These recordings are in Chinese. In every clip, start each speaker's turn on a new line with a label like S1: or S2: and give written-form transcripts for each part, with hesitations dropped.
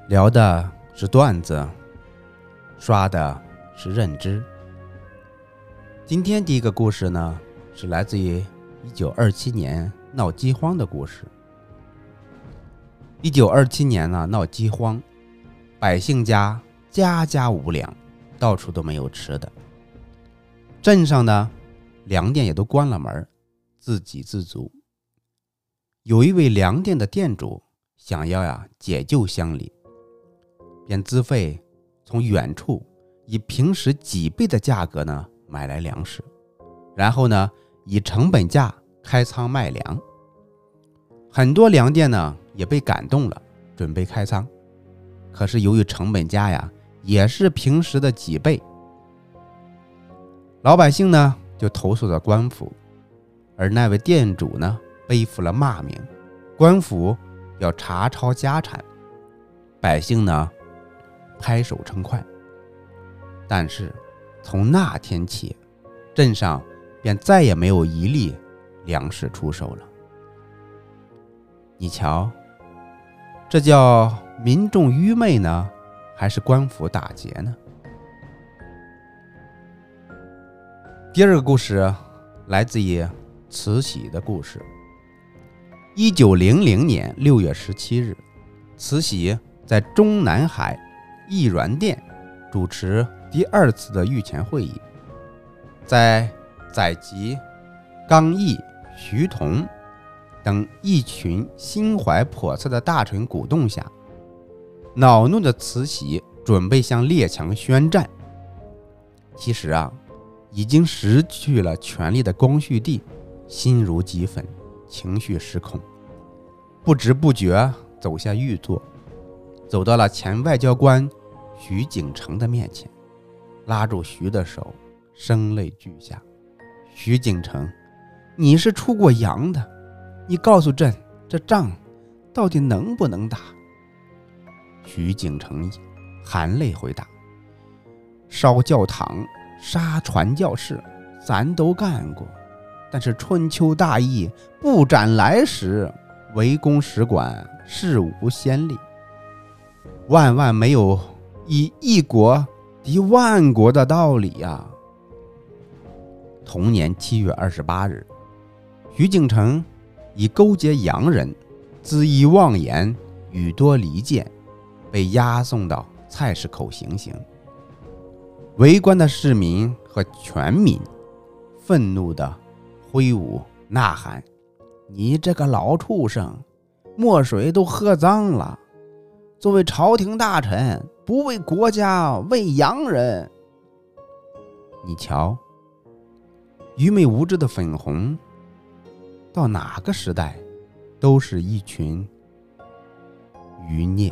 S1: 聊的是段子，刷的是认知。今天第一个故事呢，是来自于1927年闹饥荒的故事。1927年呢，闹饥荒，百姓家家无粮，到处都没有吃的。镇上呢，粮店也都关了门，自给自足。有一位粮店的店主想要解救乡里，便自费从远处以平时几倍的价格呢买来粮食，然后呢以成本价开仓卖粮。很多粮店呢也被感动了，准备开仓，可是由于成本价也是平时的几倍，老百姓呢就投诉了官府，而那位店主呢背负了骂名，官府要查抄家产，百姓呢拍手称快。但是从那天起，镇上便再也没有一粒粮食出售了。你瞧，这叫民众愚昧呢，还是官府打劫呢？第二个故事来自于慈禧的故事。1900年6月17日，慈禧在中南海义銮殿主持第二次的御前会议，在载吉、刚毅、徐桐等一群心怀叵测的大臣鼓动下，恼怒的慈禧准备向列强宣战。其实已经失去了权力的光绪帝心如齑粉，情绪失控，不知不觉走下御座，走到了前外交官徐景成的面前，拉住徐的手，声泪俱下。徐景成，你是出过洋的，你告诉朕，这仗到底能不能打？徐景成含泪回答，烧教堂、杀传教士咱都干过，但是春秋大义不斩来使，围攻使馆事无先例，万没有以一国敌万国的道理呀。同年7月28日，徐景成以勾结洋人、恣意妄言、语多离间，被押送到菜市口行刑。围观的市民和全民愤怒地挥舞呐喊，你这个老畜生，墨水都喝脏了，作为朝廷大臣，不为国家，为洋人。你瞧，愚昧无知的粉红，到哪个时代都是一群余孽。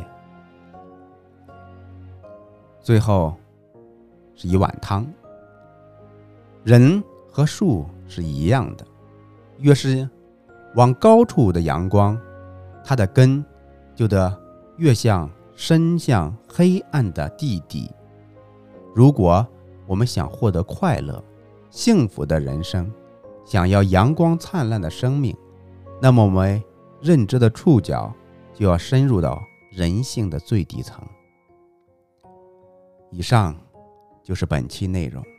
S1: 最后是一碗汤。人和树是一样的，越是往高处的阳光，它的根就得越伸向黑暗的地底。如果我们想获得快乐、幸福的人生，想要阳光灿烂的生命，那么我们认知的触角就要深入到人性的最底层。以上就是本期内容。